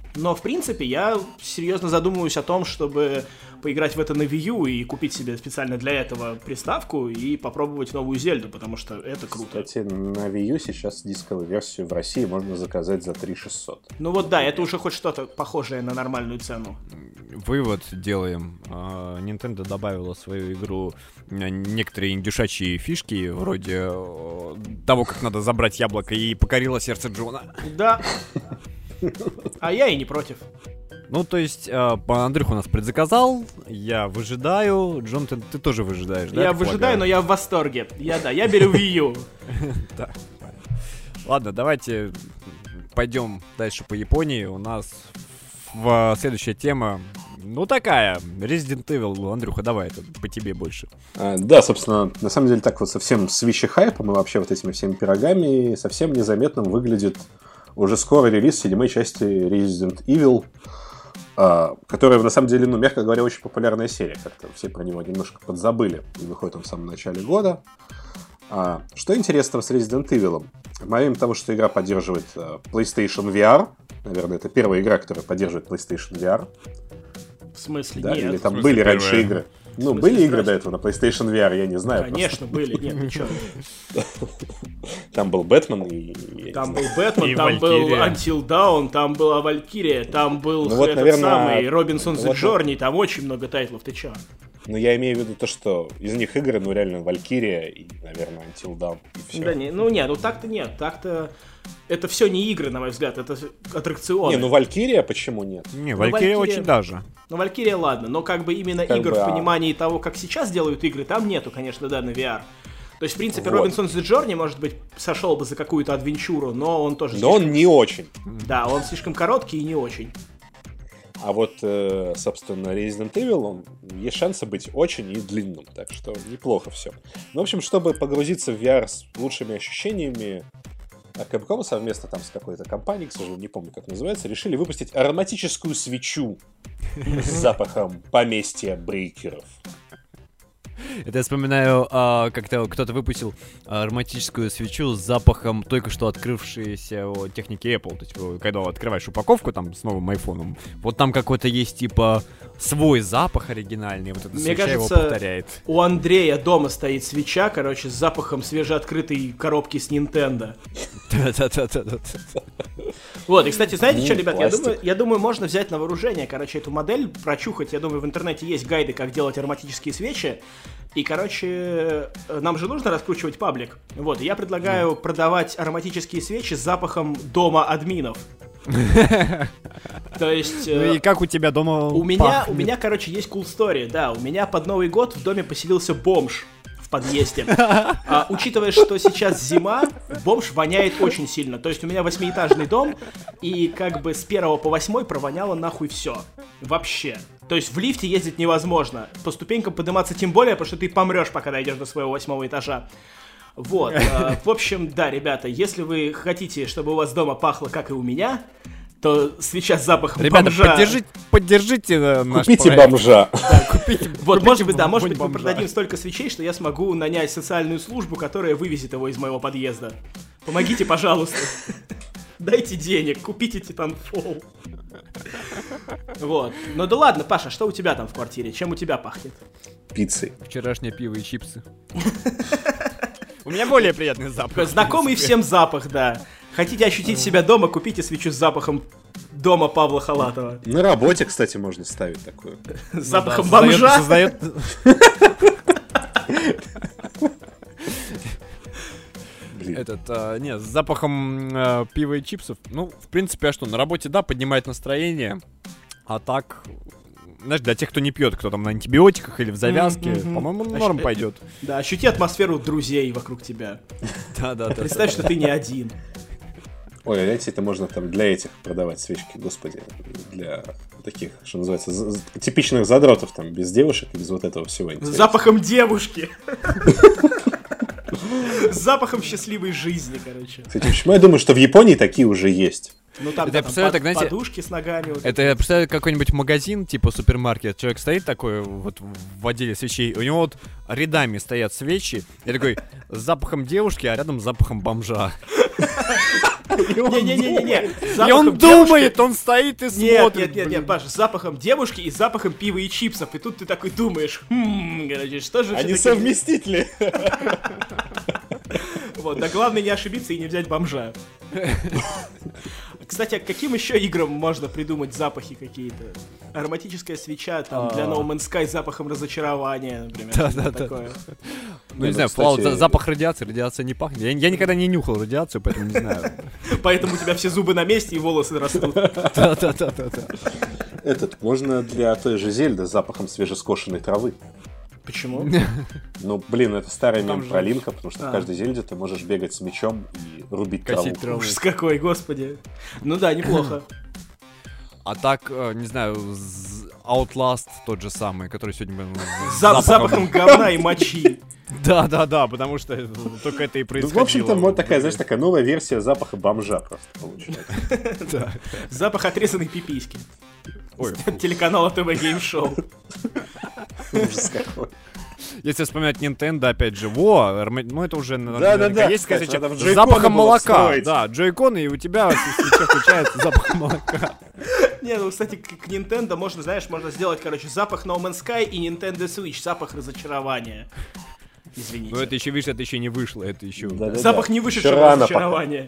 Но, в принципе, я серьезно задумываюсь о том, чтобы поиграть в это на Wii U и купить себе специально для этого приставку и попробовать новую Зельду, потому что это круто. Кстати, на Wii U сейчас дисковую версию в России можно заказать за три тысячи шестьсот. Ну вот да, это уже хоть что-то похожее на нормальную цену. Вывод делаем. Nintendo добавила в свою игру некоторые индюшачьи фишки, вроде того, как надо забрать яблоко, и покорила сердце Джона. Да. А я и не против. Ну, то есть, э, Андрюх у нас предзаказал, я выжидаю, Джон, ты, ты тоже выжидаешь, да? Я выжидаю, но я в восторге. Я, да, я беру Wii U. Да. Ладно, давайте пойдем дальше по Японии. У нас в следующая тема, ну, такая, Resident Evil. Андрюха, давай, это по тебе больше. А, да, собственно, на самом деле так вот совсем с вещи-хайпом и вообще вот этими всеми пирогами совсем незаметным выглядит уже скоро релиз седьмой части Resident Evil, которая, на самом деле, ну, мягко говоря, очень популярная серия. Как-то все про него немножко подзабыли. И выходит он в самом начале года. А, что интересного с Resident Evil? Помимо того, что игра поддерживает PlayStation ви ар, наверное, это первая игра, которая поддерживает PlayStation ви ар. В смысле, да? нет. Или там смысле, были первая? раньше игры? Ну, смысле, были игры страшно? до этого на PlayStation ви ар, я не знаю. Конечно, были. Нет, ты чё? Там был Бэтмен и... Там был Бэтмен, И там был Валькирия. Until Dawn, там была Валькирия, там был Ну вот, этот наверное, самый Робинсон ну The вот, Journey, там очень много тайтлов, ты чё? Но я имею в виду то, что из них игры, ну, реально, Валькирия и, наверное, Until Dawn, и все. Да не, ну нет, ну так-то нет, так-то это все не игры, на мой взгляд, это аттракционы. Не, ну Валькирия почему нет? Не, Ну, Валькирия Валькирия- очень даже. Ну, Валькирия, ладно, но как бы именно Как игр бы, в а- понимании того, как сейчас делают игры, там нету, конечно, да, на ви ар. То есть, в принципе, Вот. Робинсон The Journey, может быть, сошел бы за какую-то адвенчуру, но он тоже Но слишком... он не очень. Да, он слишком короткий и не очень. А вот, э, собственно, Resident Evil, он, есть шансы быть очень и длинным, так что неплохо все. Ну, в общем, чтобы погрузиться в ви ар с лучшими ощущениями, Capcom совместно там с какой-то компанией, к сожалению, не помню, как называется, решили выпустить ароматическую свечу с запахом поместья брейкеров. Это я вспоминаю, а, как-то кто-то выпустил ароматическую свечу с запахом только что открывшейся о, техники Apple. То есть, э, когда открываешь упаковку там с новым айфоном, вот там какой-то есть типа свой запах оригинальный, вот эта Мне свеча кажется, его повторяет. У Андрея дома стоит свеча, короче, с запахом свежеоткрытой коробки с Nintendo. Да-да-да-да-да. Вот, и, кстати, знаете Ну, что, ребят, я пластик. думаю, я думаю, можно взять на вооружение, короче, эту модель, прочухать. Я думаю, в интернете есть гайды, как делать ароматические свечи. И, короче, нам же нужно раскручивать паблик. Вот, и я предлагаю продавать ароматические свечи с запахом дома админов. То есть... Ну э, и как у тебя дома У меня, у пахнет? меня, короче, есть cool story, да, у меня под Новый год в доме поселился бомж в подъезде. А, учитывая, что сейчас зима, бомж воняет очень сильно. То есть у меня восьмиэтажный дом, и как бы с первого по восьмой провоняло нахуй все. Вообще. То есть в лифте ездить невозможно. По ступенькам подниматься тем более, потому что ты помрешь, пока дойдешь до своего восьмого этажа. Вот. э, в общем, да, ребята, если вы хотите, чтобы у вас дома пахло, как и у меня, то свеча с запахом Ребята, бомжа... поддержите, поддержите э, наш Купите проект. бомжа. Купите, Вот, купите может быть, да, может вонь быть, мы бомжа. продадим столько свечей, что я смогу нанять социальную службу, которая вывезет его из моего подъезда. Помогите, пожалуйста. Дайте денег, купите Titanfall. Вот. Ну да ладно, Паша, что у тебя там в квартире? Чем у тебя пахнет? Пиццей. Вчерашнее пиво и чипсы. У меня более приятный запах. Такой знакомый всем запах, да. Хотите ощутить себя дома, купите свечу с запахом дома Павла Халатова. На работе, кстати, можно ставить такую. С запахом Да, создает- бомжа. создает- Блин. Этот, а, не, с запахом а, пива и чипсов. Ну, в принципе, а что, на работе, да, поднимает настроение. А так, знаешь, для тех, кто не пьет, кто там на антибиотиках или в завязке, Мгм. по-моему, Ощ- норм пойдет. Да, ощути атмосферу друзей вокруг тебя. Да, да, да. Представь, что ты не один. Ой, знаете, это можно там для этих продавать свечки, господи, для таких, что называется, з- з- типичных задротов, там, без девушек и без вот этого всего. С интересного. запахом девушки. С запахом счастливой жизни, короче. Кстати, почему я думаю, что в Японии такие уже есть? Ну там, Это да, я там представляю, под- так, знаете, подушки с ногами. вот Это я представляю какой-нибудь магазин, типа супермаркет. Человек стоит такой вот в отделе свечей, у него вот рядами стоят свечи, и такой с запахом девушки, а рядом с запахом бомжа. Не-не-не-не-не. И он думает, он стоит и смотрит. Нет, нет, нет, Паш, с запахом девушки и с запахом пива и чипсов. И тут ты такой думаешь, хм, короче, что же... Они совместители. Вот, да главное не ошибиться и не взять бомжа. Кстати, а к каким еще играм можно придумать запахи какие-то? Ароматическая свеча, там, для No Man's Sky с запахом разочарования, например. Да-да-да. Ну, не знаю, Fallout, запах радиации, радиация не пахнет. Я никогда не нюхал радиацию, поэтому не знаю. Поэтому у тебя все зубы на месте и волосы растут. Да-да-да. Этот, можно для той же Зельды с запахом свежескошенной травы. Почему? Ну, блин, это старая Там мем же- про Линка, потому что А. в каждой Зельде ты можешь бегать с мечом и рубить траву. Косить траву. Ужас какой, господи. Ну да, неплохо. А так, э, не знаю, з- Outlast тот же самый, который сегодня... был, С за- запахом говна и мочи. Да-да-да, потому что только это и Ну, происходило. в общем-то, вот такая, знаешь, такая новая версия запаха бомжа просто получается. Да. Запах отрезанной пиписьки. Ой, Телеканала ТВ Гейм Шоу. Ужас какой. если вспоминать Nintendo, опять же, во, арма- ну это уже на- Да-да-да, наверняка есть, кстати, сказать, надо в с джойконы запахом было молока. встроить. Да, джойконы, и у тебя свеча включается запах молока. Не, ну, кстати, к, к Nintendo можно, знаешь, можно сделать, короче, запах No Man's Sky и Nintendo Switch, запах разочарования. Извините. Но это еще, видишь, это еще не вышло, это еще... Да-да-да. Запах не Ещё вышедшего рано разочарования.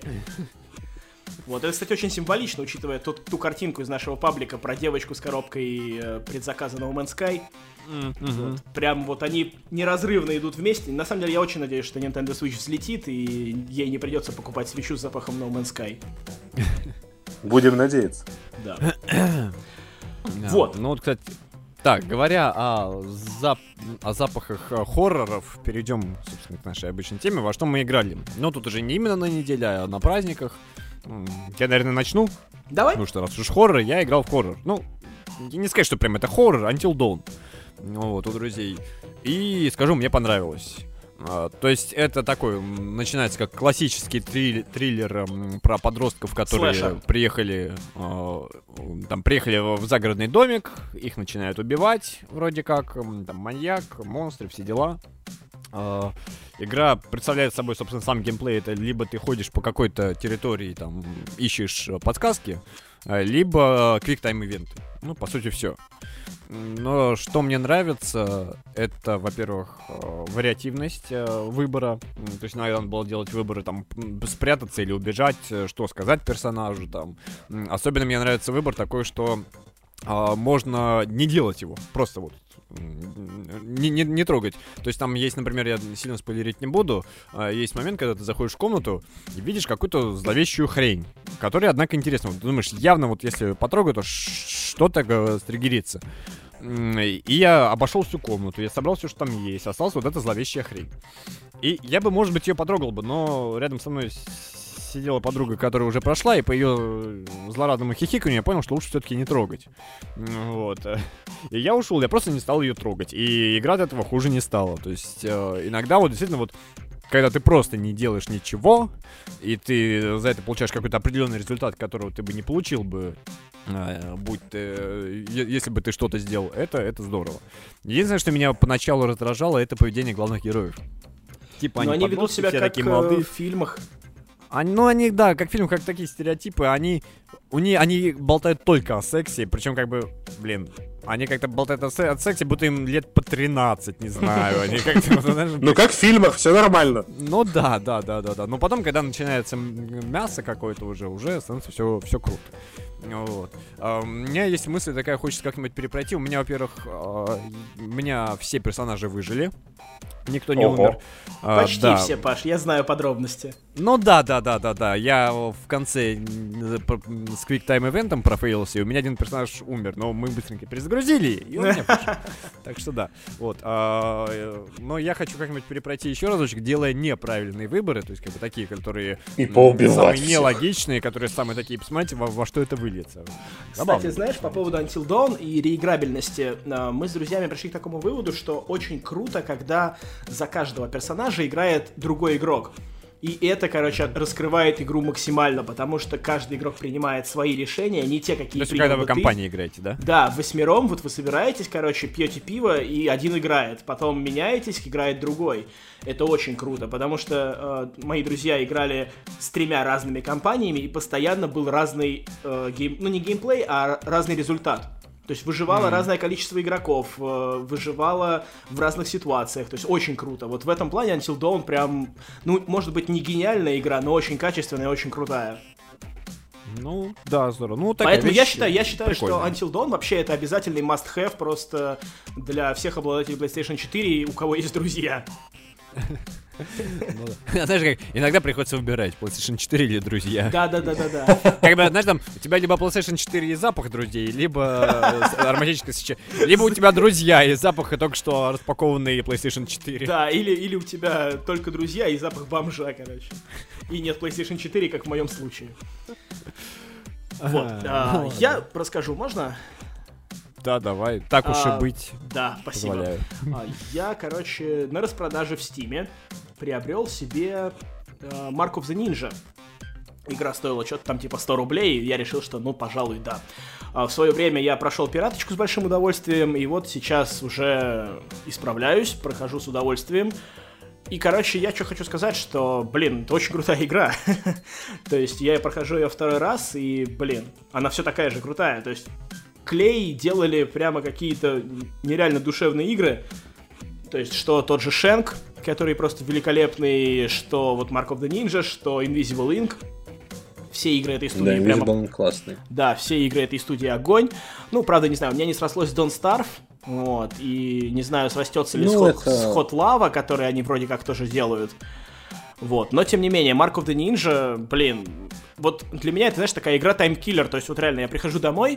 Вот, это, кстати, очень символично, учитывая тот, ту картинку из нашего паблика про девочку с коробкой э, предзаказа No Man's Sky. М, мгм. Вот, прям вот они неразрывно идут вместе. На самом деле, я очень надеюсь, что Nintendo Switch взлетит, и ей не придется покупать свечу с запахом No Man's Sky. Будем надеяться. Да. Да, Вот. Ну вот, кстати... Так, говоря о, зап- о запахах э, хорроров, перейдем, собственно, к нашей обычной теме, во что мы играли. Но тут уже не именно на неделе, а на праздниках. М, Я, наверное, начну. Давай. Потому что раз уж хоррор, я играл в хоррор. Ну, не сказать, что прям это хоррор, Until Dawn. Ну, вот, у друзей. И скажу, мне понравилось. А, то есть это такой, м, начинается как классический трил- триллер м, про подростков, которые Слэшер. приехали, а, там, приехали в загородный домик, их начинают убивать, вроде как, м, там, маньяк, монстры, все дела. А, игра представляет собой, собственно, сам геймплей. Это либо ты ходишь по какой-то территории, там, ищешь э, подсказки, а, либо квик-тайм-ивенты. Ну, по сути, все. Но что мне нравится, это, во-первых, э, вариативность э, выбора. М, То есть иногда надо было делать выборы, там, м, спрятаться или убежать, э, что сказать персонажу, там. М, Особенно мне нравится выбор такой, что а, можно не делать его, просто вот м, не, не, не трогать. То есть там есть, например, я сильно спойлерить не буду, а, есть момент, когда ты заходишь в комнату и видишь какую-то зловещую хрень, которая, однако, интересна. Вот ты думаешь, явно вот если потрогаю, то ш- что-то э, стригерится. М, И я обошел всю комнату, я собрал все, что там есть, осталась вот эта зловещая хрень. И я бы, может быть, ее потрогал бы, но рядом со мной с- сидела подруга, которая уже прошла, и по ее злорадному хихиканью я понял, что лучше все-таки не трогать. М, Вот. И я ушел, я просто не стал ее трогать. И игра от этого хуже не стала. То есть э, иногда вот действительно вот когда ты просто не делаешь ничего, и ты за это получаешь какой-то определенный результат, которого ты бы не получил бы, э, будь ты, э, е- если бы ты что-то сделал, это, это здорово. Единственное, что меня поначалу раздражало, это поведение главных героев. Типа Но они, они ведут подростки, себя все как такие э, молодые. в фильмах. Они, ну, они, да, как фильм, как такие стереотипы, они, у них, они болтают только о сексе, причем, как бы, блин, они как-то болтают о, се- о сексе, будто им лет по тринадцать, не знаю, они как-то, вот, знаешь, Ну как в фильмах, все нормально. ну да, да, да, да, да. Но потом, когда начинается м- мясо какое-то уже, уже становится все, все круто. Вот. А, у меня есть мысль такая, хочется как-нибудь перепройти. У меня, во-первых, а, у меня все персонажи выжили. Никто не Ого. умер. А, Почти да. все, Паш, я знаю подробности. Ну да, да, да, да, да. Я в конце м, п- м, с квик-тайм ивентом профейлился, и у меня один персонаж умер, но мы быстренько перезагрузили, и он меня пошел. Так что да. Вот. а, э, Но я хочу как-нибудь перепройти еще разочек, делая неправильные выборы, то есть как бы такие, которые И м, поубивать самые всех. нелогичные, которые самые такие, посмотрите, во, во что это выльется. Забавно. Кстати, знаешь, по поводу Until Dawn и реиграбельности, э, мы с друзьями пришли к такому выводу, что очень круто, когда за каждого персонажа играет другой игрок. И это, короче, раскрывает игру максимально, потому что каждый игрок принимает свои решения, не те, какие принял бы ты. То есть, когда вы в ты. компании играете, да? Да, восьмером, вот вы собираетесь, короче, пьете пиво, и один играет, потом меняетесь, играет другой. Это очень круто, потому что э, мои друзья играли с тремя разными компаниями, и постоянно был разный, э, гейм... ну не геймплей, а разный результат. То есть выживало mm-hmm. разное количество игроков, э, выживало в разных ситуациях, то есть очень круто. Вот в этом плане Until Dawn прям, ну, может быть, не гениальная игра, но очень качественная и очень крутая. Ну, да, здорово. Ну, такая Поэтому вещь я считаю, я считаю, прикольная. что Until Dawn вообще это обязательный must-have просто для всех обладателей PlayStation четыре, у кого есть друзья. Знаешь, как иногда приходится выбирать, PlayStation четыре или друзья. Да-да-да-да-да. Как бы, знаешь, там, у тебя либо PlayStation четыре и запах друзей, либо ароматическая свеча, либо у тебя друзья и запах и только что распакованный PlayStation четыре. Да, или, или у тебя только друзья и запах бомжа, короче. И нет PlayStation четыре, как в моем случае. Вот. А, я расскажу, можно? Да, давай. Так уж а, и быть. Да, спасибо. А, я, короче, на распродаже в Стиме приобрел себе uh, Mark of the Ninja. Игра стоила что-то там типа сто рублей, и я решил, что ну, пожалуй, да. А, в свое время я прошел пираточку с большим удовольствием, и вот сейчас уже исправляюсь, прохожу с удовольствием. И, короче, я что хочу сказать, что, блин, это очень крутая игра. То есть я прохожу ее второй раз, и, блин, она все такая же крутая. То есть Клей делали прямо какие-то нереально душевные игры. То есть что тот же Шенк, который просто великолепный, что вот Mark of the Ninja, что Invisible Ink. Все игры этой студии да, прямо... Invisible Ink классный. Да, все игры этой студии огонь. Ну, правда, не знаю, у меня не срослось с Don't Starve. Вот, и не знаю, срастется ли ну, с, это... с Hot Lava, который они вроде как тоже делают. Вот, но тем не менее, Mark of the Ninja, блин, вот для меня это, знаешь, такая игра таймкиллер. То есть вот реально я прихожу домой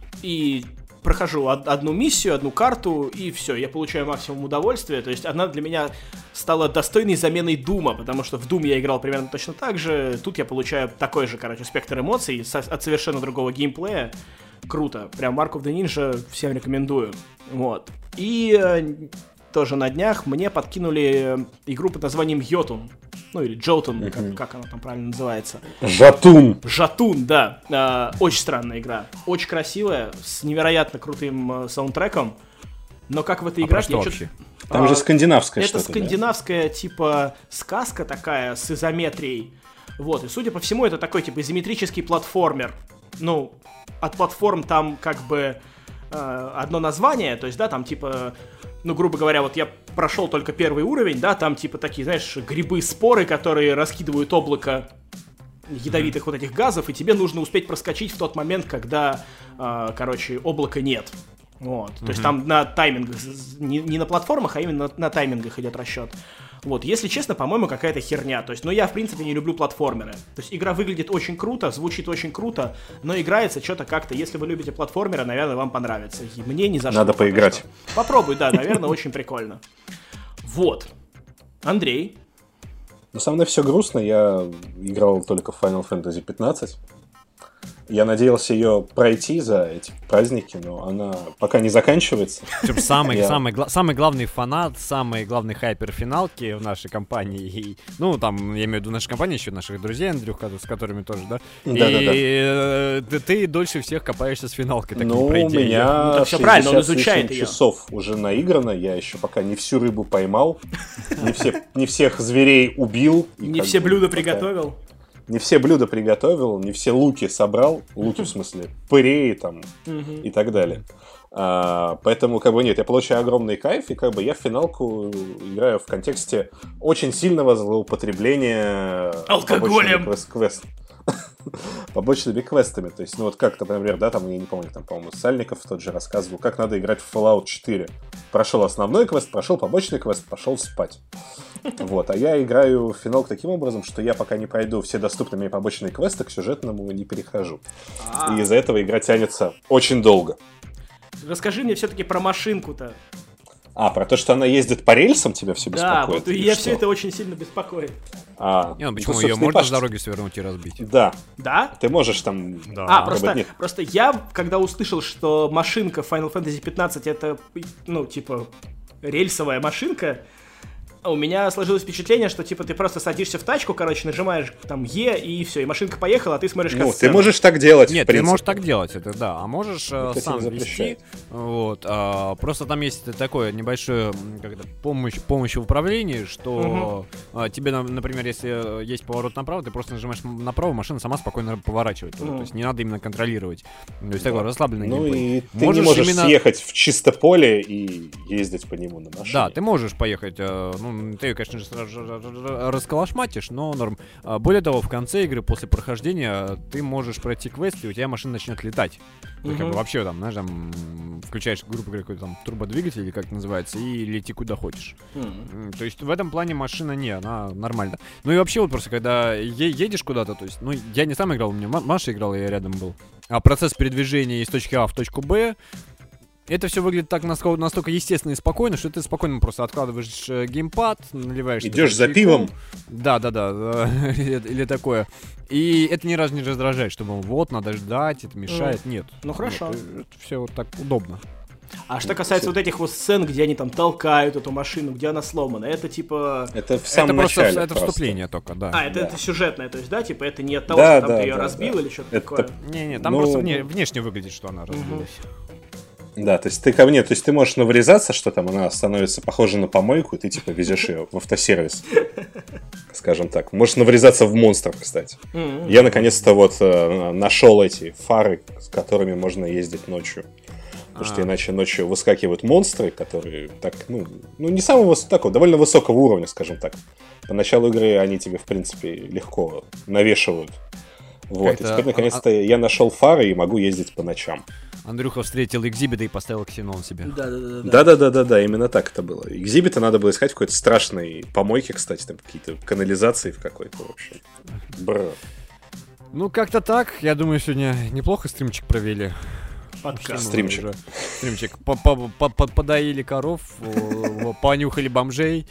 и прохожу од- одну миссию, одну карту, и все, я получаю максимум удовольствия. То есть она для меня стала достойной заменой Дума, потому что в Doom я играл примерно точно так же. Тут я получаю такой же, короче, спектр эмоций со- от совершенно другого геймплея. Круто. Прям Mark of the Ninja всем рекомендую. Вот. И э, тоже на днях мне подкинули игру под названием Йотун. Ну или Джотун, mm-hmm. как, как она там правильно называется. Жатун. Жатун, да. Э, очень странная игра. Очень красивая, с невероятно крутым э, саундтреком. Но как в это играть, а я вообще? Там а, же скандинавская это что-то, скандинавская, да? Типа, сказка такая с изометрией. Вот, и судя по всему, это такой, типа, изометрический платформер. Ну, от платформ там, как бы, э, одно название, то есть, да, там, типа, ну, грубо говоря, вот я прошел только первый уровень, да, там, типа, такие, знаешь, грибы-споры, которые раскидывают облако ядовитых mm-hmm. вот этих газов, и тебе нужно успеть проскочить в тот момент, когда, э, короче, облака нет. Вот, mm-hmm. то есть там на таймингах, не, не на платформах, а именно на, на таймингах идет расчет. Вот, если честно, по-моему, какая-то херня. То есть, ну, я, в принципе, не люблю платформеры. То есть, игра выглядит очень круто, звучит очень круто, но играется что-то как-то. Если вы любите платформеры, наверное, вам понравится. И мне не зашло. Надо поиграть. Что. Попробуй, да, наверное, очень прикольно. Вот. Андрей? Ну, со мной все грустно. Я играл только в Final Fantasy пятнадцать. Я надеялся ее пройти за эти праздники, но она пока не заканчивается. Причем самый, я... самый, гла- самый главный фанат, самый главный хайпер финалки в нашей компании. И, ну, там, я имею в виду наша компания, еще наших друзей, Андрюха, с которыми тоже, да? Да, и да, э, ты, ты дольше всех копаешься с финалкой. Так ну, у меня ну, все правильно, он изучает ее. Часов уже наиграно, я еще пока не всю рыбу поймал, не, все, не всех зверей убил. Не все блюда приготовил. Не все блюда приготовил, не все луки собрал, луки в смысле, пыреи там и так далее. А, поэтому, как бы, нет, я получаю огромный кайф, и как бы я в финалку играю в контексте очень сильного злоупотребления алкоголем. Квест. Побочными квестами. То есть, ну вот как-то, например, да, там, я не помню, там, по-моему, Сальников тот же рассказывал, как надо играть в Fallout четыре. Прошел основной квест, прошел побочный квест, пошел спать. Вот, а я играю в финалку таким образом, что я пока не пройду все доступные мне побочные квесты, к сюжетному не перехожу. И из-за этого игра тянется очень долго. Расскажи мне все-таки про машинку-то. А, про то, что она ездит по рельсам, тебя все беспокоит? Да, вот и я все это очень сильно беспокоит. А, не, ну почему, ее можно с дороги свернуть и разбить? Да. Да? Ты можешь там... Да. А, просто, просто я, когда услышал, что машинка Final Fantasy пятнадцать это, ну, типа, рельсовая машинка, У меня сложилось впечатление, что типа ты просто садишься в тачку, короче, нажимаешь там Е, и все, и машинка поехала, а ты смотришь Ну, катсцену. ты можешь так делать, Нет, в принципе. ты можешь так делать, это да. А можешь э, Это сам тебе вести. запрещает. Вот. а, просто там есть такое небольшое м, как это, помощь, помощь в управлении, что а, тебе, на- например, если э, есть поворот направо, ты просто нажимаешь м- направо, машина сама спокойно поворачивает. тоже. Мгм. То есть не надо именно контролировать. То есть такой расслабленный Ну геймплей. и ты не Можешь можешь именно- съехать в чисто поле и ездить по нему на машине. Да, ты можешь поехать, э, ну, ты ее, конечно же, сразу же расколошматишь, но норм. А, более того, в конце игры, после прохождения, ты можешь пройти квест, и у тебя машина начнет летать. То есть, как бы Мгм. вообще там, знаешь, там м, включаешь, грубо говоря, какой-то там турбодвигатель, или как это называется, и лети куда хочешь. М. М, То есть в этом плане машина не, она нормально. Ну и вообще вот просто, когда е- едешь куда-то, то есть, ну, я не сам играл, у меня Ма- Маша играла, я рядом был. А процесс передвижения из точки А в точку Б, это все выглядит так насколько, настолько естественно и спокойно, что ты спокойно просто откладываешь э, геймпад, наливаешь... Идешь за чайку. пивом. Да, да, да, или или такое. И это ни разу не раздражает, что, мол, вот, надо ждать, это мешает. Нет. Ну, хорошо. Вот, э, это все вот так удобно. А что касается вот этих вот сцен, где они там толкают эту машину, где она сломана, это типа... Это в Это самом просто начале это просто. вступление только, да. А, это, Да. это сюжетное, то есть, да, типа это не от того, Да, что там да, ты ее да, разбил да. или что-то Это- такое. Не-не, там Ну, просто вне- внешне выглядит, что она разбилась. Да, то есть ты ко мне, то есть ты можешь наврезаться, что там она становится похожа на помойку, и ты типа везешь ее в автосервис. Скажем так. Можешь наврезаться в монстров, кстати. М. Я наконец-то вот э, нашел эти фары, с которыми можно ездить ночью. Потому что А. иначе ночью выскакивают монстры, которые так, ну, ну не самого выс- такого, довольно высокого уровня, скажем так. По началу игры они тебе, в принципе, легко навешивают. Вот, и Как-то- теперь наконец-то я нашел фары и могу ездить по ночам. Андрюха встретил экзибита и поставил ксенон себе. Да-да-да. Да-да-да-да-да, именно так это было. Экзибита надо было искать в какой-то страшной помойке, кстати, там какие-то канализации в какой-то, в общем. Бр. Ну, как-то так. Я думаю, сегодня неплохо стримчик провели. Подкаст. Ну, Стримчик. уже. Стримчик. По- по- по- по- Подоили коров, о, понюхали бомжей,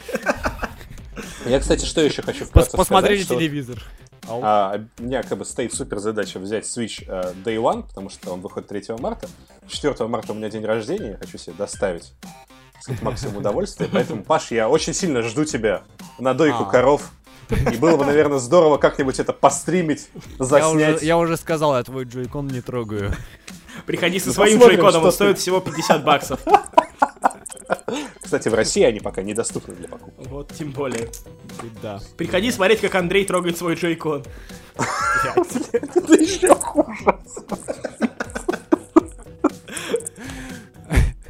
Я, кстати, что еще хочу пос- вкратце посмотрели сказать, что вот, телевизор. Ау. а, у меня как бы стоит супер задача взять Switch э, Day One, потому что он выходит третьего марта. четвёртого марта у меня день рождения, я хочу себе доставить, так сказать, максимум удовольствия. Поэтому, Паш, я очень сильно жду тебя на дойку А. коров. И было бы, наверное, здорово как-нибудь это постримить, Я заснять. уже, я уже сказал, я твой джойкон не трогаю. Приходи со Ну, своим посмотрим, джойконом, что он ты. стоит всего пятьдесят баксов. Кстати, в России они пока недоступны для покупки. Вот, тем более. Да. Приходи смотреть, как Андрей трогает свой джойкон. Это еще хуже.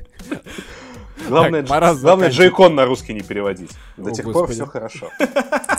Главное, Так, пора главное заканчивать. джойкон на русский не переводить. До О, тех пор Господи. все хорошо.